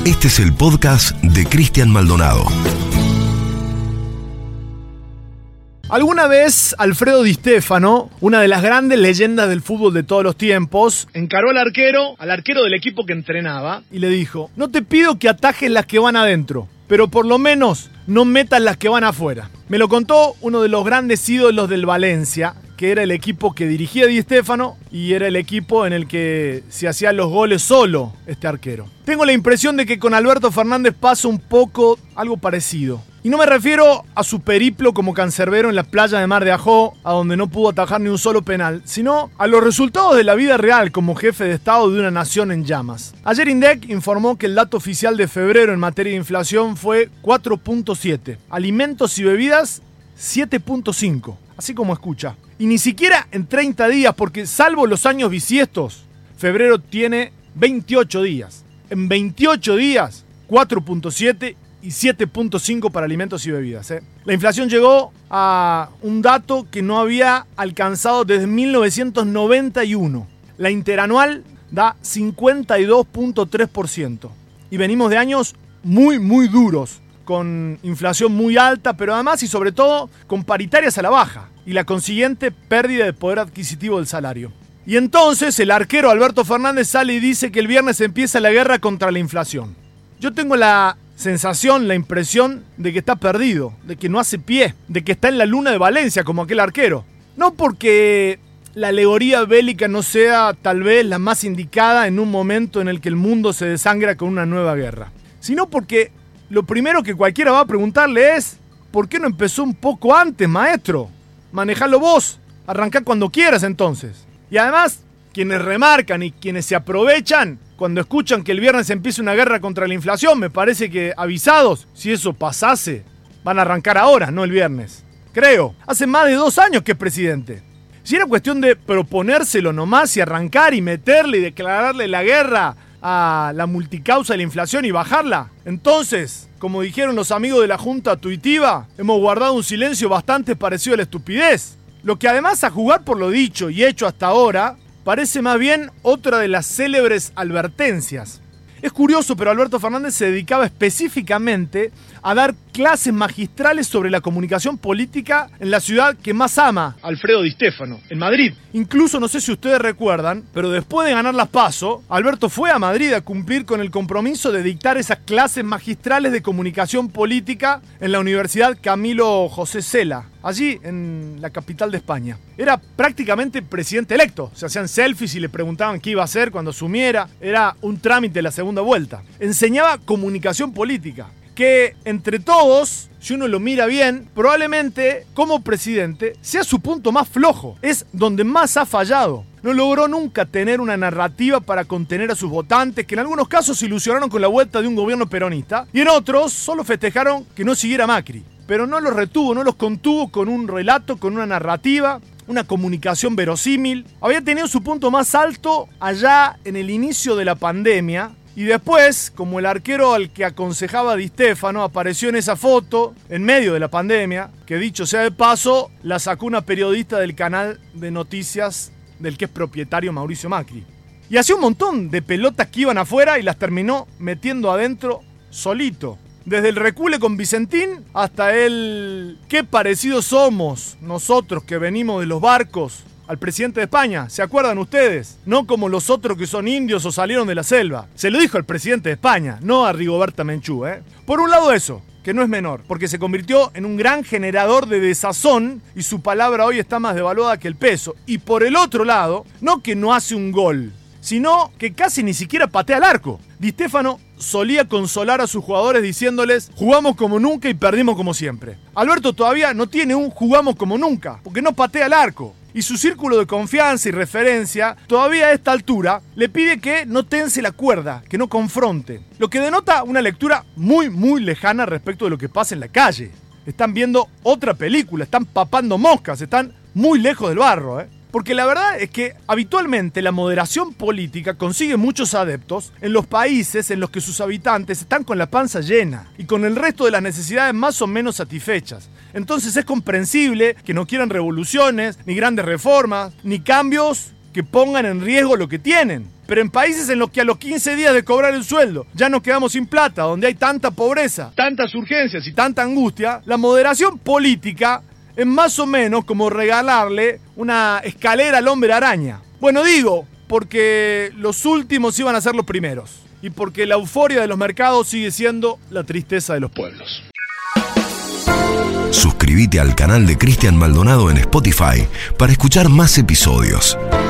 Este es el podcast de Cristian Maldonado. Alguna vez Alfredo Di Stéfano, una de las grandes leyendas del fútbol de todos los tiempos, encaró al arquero del equipo que entrenaba y le dijo: no te pido que atajes las que van adentro, pero por lo menos no metas las que van afuera. Me lo contó uno de los grandes ídolos del Valencia, que era el equipo que dirigía Di Stéfano y era el equipo en el que se hacían los goles solo este arquero. Tengo la impresión de que con Alberto Fernández pasa un poco algo parecido. Y no me refiero a su periplo como cancerbero en la playa de Mar de Ajó, a donde no pudo atajar ni un solo penal, sino a los resultados de la vida real como jefe de Estado de una nación en llamas. Ayer INDEC informó que el dato oficial de febrero en materia de inflación fue 4.7. Alimentos y bebidas, 7.5. Así como escucha. Y ni siquiera en 30 días, porque salvo los años bisiestos, febrero tiene 28 días. En 28 días, 4.7 y 7.5 para alimentos y bebidas. La inflación llegó a un dato que no había alcanzado desde 1991. La interanual da 52.3%. Y venimos de años muy duros, con inflación muy alta, pero además y sobre todo con paritarias a la baja y la consiguiente pérdida de poder adquisitivo del salario. Y entonces el arquero Alberto Fernández sale y dice que el viernes empieza la guerra contra la inflación. Yo tengo la sensación, la impresión de que está perdido, de que no hace pie, de que está en la luna de Valencia como aquel arquero. No porque la alegoría bélica no sea tal vez la más indicada en un momento en el que el mundo se desangra con una nueva guerra, sino porque lo primero que cualquiera va a preguntarle es: ¿por qué no empezó un poco antes, maestro? Manejalo vos, arrancá cuando quieras entonces. Y además, quienes remarcan y quienes se aprovechan cuando escuchan que el viernes empieza una guerra contra la inflación, me parece que avisados, si eso pasase, van a arrancar ahora, no el viernes. Creo, hace más de 2 años que es presidente. Si era cuestión de proponérselo nomás y arrancar y meterle y declararle la guerra a la multicausa de la inflación y bajarla, entonces, como dijeron los amigos de la Junta Tuitiva, hemos guardado un silencio bastante parecido a la estupidez. Lo que además, a jugar por lo dicho y hecho hasta ahora, parece más bien otra de las célebres advertencias. Es curioso, pero Alberto Fernández se dedicaba específicamente a dar clases magistrales sobre la comunicación política en la ciudad que más ama Alfredo Di Stéfano, en Madrid. Incluso, no sé si ustedes recuerdan, pero después de ganar las PASO, Alberto fue a Madrid a cumplir con el compromiso de dictar esas clases magistrales de comunicación política en la Universidad Camilo José Cela, allí en la capital de España. Era prácticamente presidente electo. Se hacían selfies y le preguntaban qué iba a hacer cuando asumiera. Era un trámite de la segunda vuelta. Enseñaba comunicación política, que entre todos, si uno lo mira bien, probablemente como presidente sea su punto más flojo. Es donde más ha fallado. No logró nunca tener una narrativa para contener a sus votantes, que en algunos casos se ilusionaron con la vuelta de un gobierno peronista, y en otros solo festejaron que no siguiera Macri. Pero no los retuvo, no los contuvo con un relato, con una narrativa, una comunicación verosímil. Había tenido su punto más alto allá en el inicio de la pandemia. Y después, como el arquero al que aconsejaba Di Stéfano apareció en esa foto, en medio de la pandemia, que dicho sea de paso, la sacó una periodista del canal de noticias del que es propietario Mauricio Macri. Y hacía un montón de pelotas que iban afuera y las terminó metiendo adentro solito. Desde el recule con Vicentín hasta el qué parecidos somos nosotros que venimos de los barcos al presidente de España. ¿Se acuerdan ustedes? No como los otros que son indios o salieron de la selva. Se lo dijo al presidente de España, no a Rigoberta Menchú, Por un lado eso, que no es menor, porque se convirtió en un gran generador de desazón y su palabra hoy está más devaluada que el peso. Y por el otro lado, no que no hace un gol, sino que casi ni siquiera patea al arco. Di Stéfano solía consolar a sus jugadores diciéndoles: jugamos como nunca y perdimos como siempre. Alberto todavía no tiene un jugamos como nunca, porque no patea al arco. Y su círculo de confianza y referencia, todavía a esta altura, le pide que no tense la cuerda, que no confronte. Lo que denota una lectura muy lejana respecto de lo que pasa en la calle. Están viendo otra película, están papando moscas, están muy lejos del barro, Porque la verdad es que habitualmente la moderación política consigue muchos adeptos en los países en los que sus habitantes están con la panza llena y con el resto de las necesidades más o menos satisfechas. Entonces es comprensible que no quieran revoluciones, ni grandes reformas, ni cambios que pongan en riesgo lo que tienen. Pero en países en los que a los 15 días de cobrar el sueldo ya nos quedamos sin plata, donde hay tanta pobreza, tantas urgencias y tanta angustia, la moderación política es más o menos como regalarle una escalera al hombre araña. Bueno, digo, porque los últimos iban a ser los primeros. Y porque la euforia de los mercados sigue siendo la tristeza de los pueblos. Suscríbete al canal de Cristian Maldonado en Spotify para escuchar más episodios.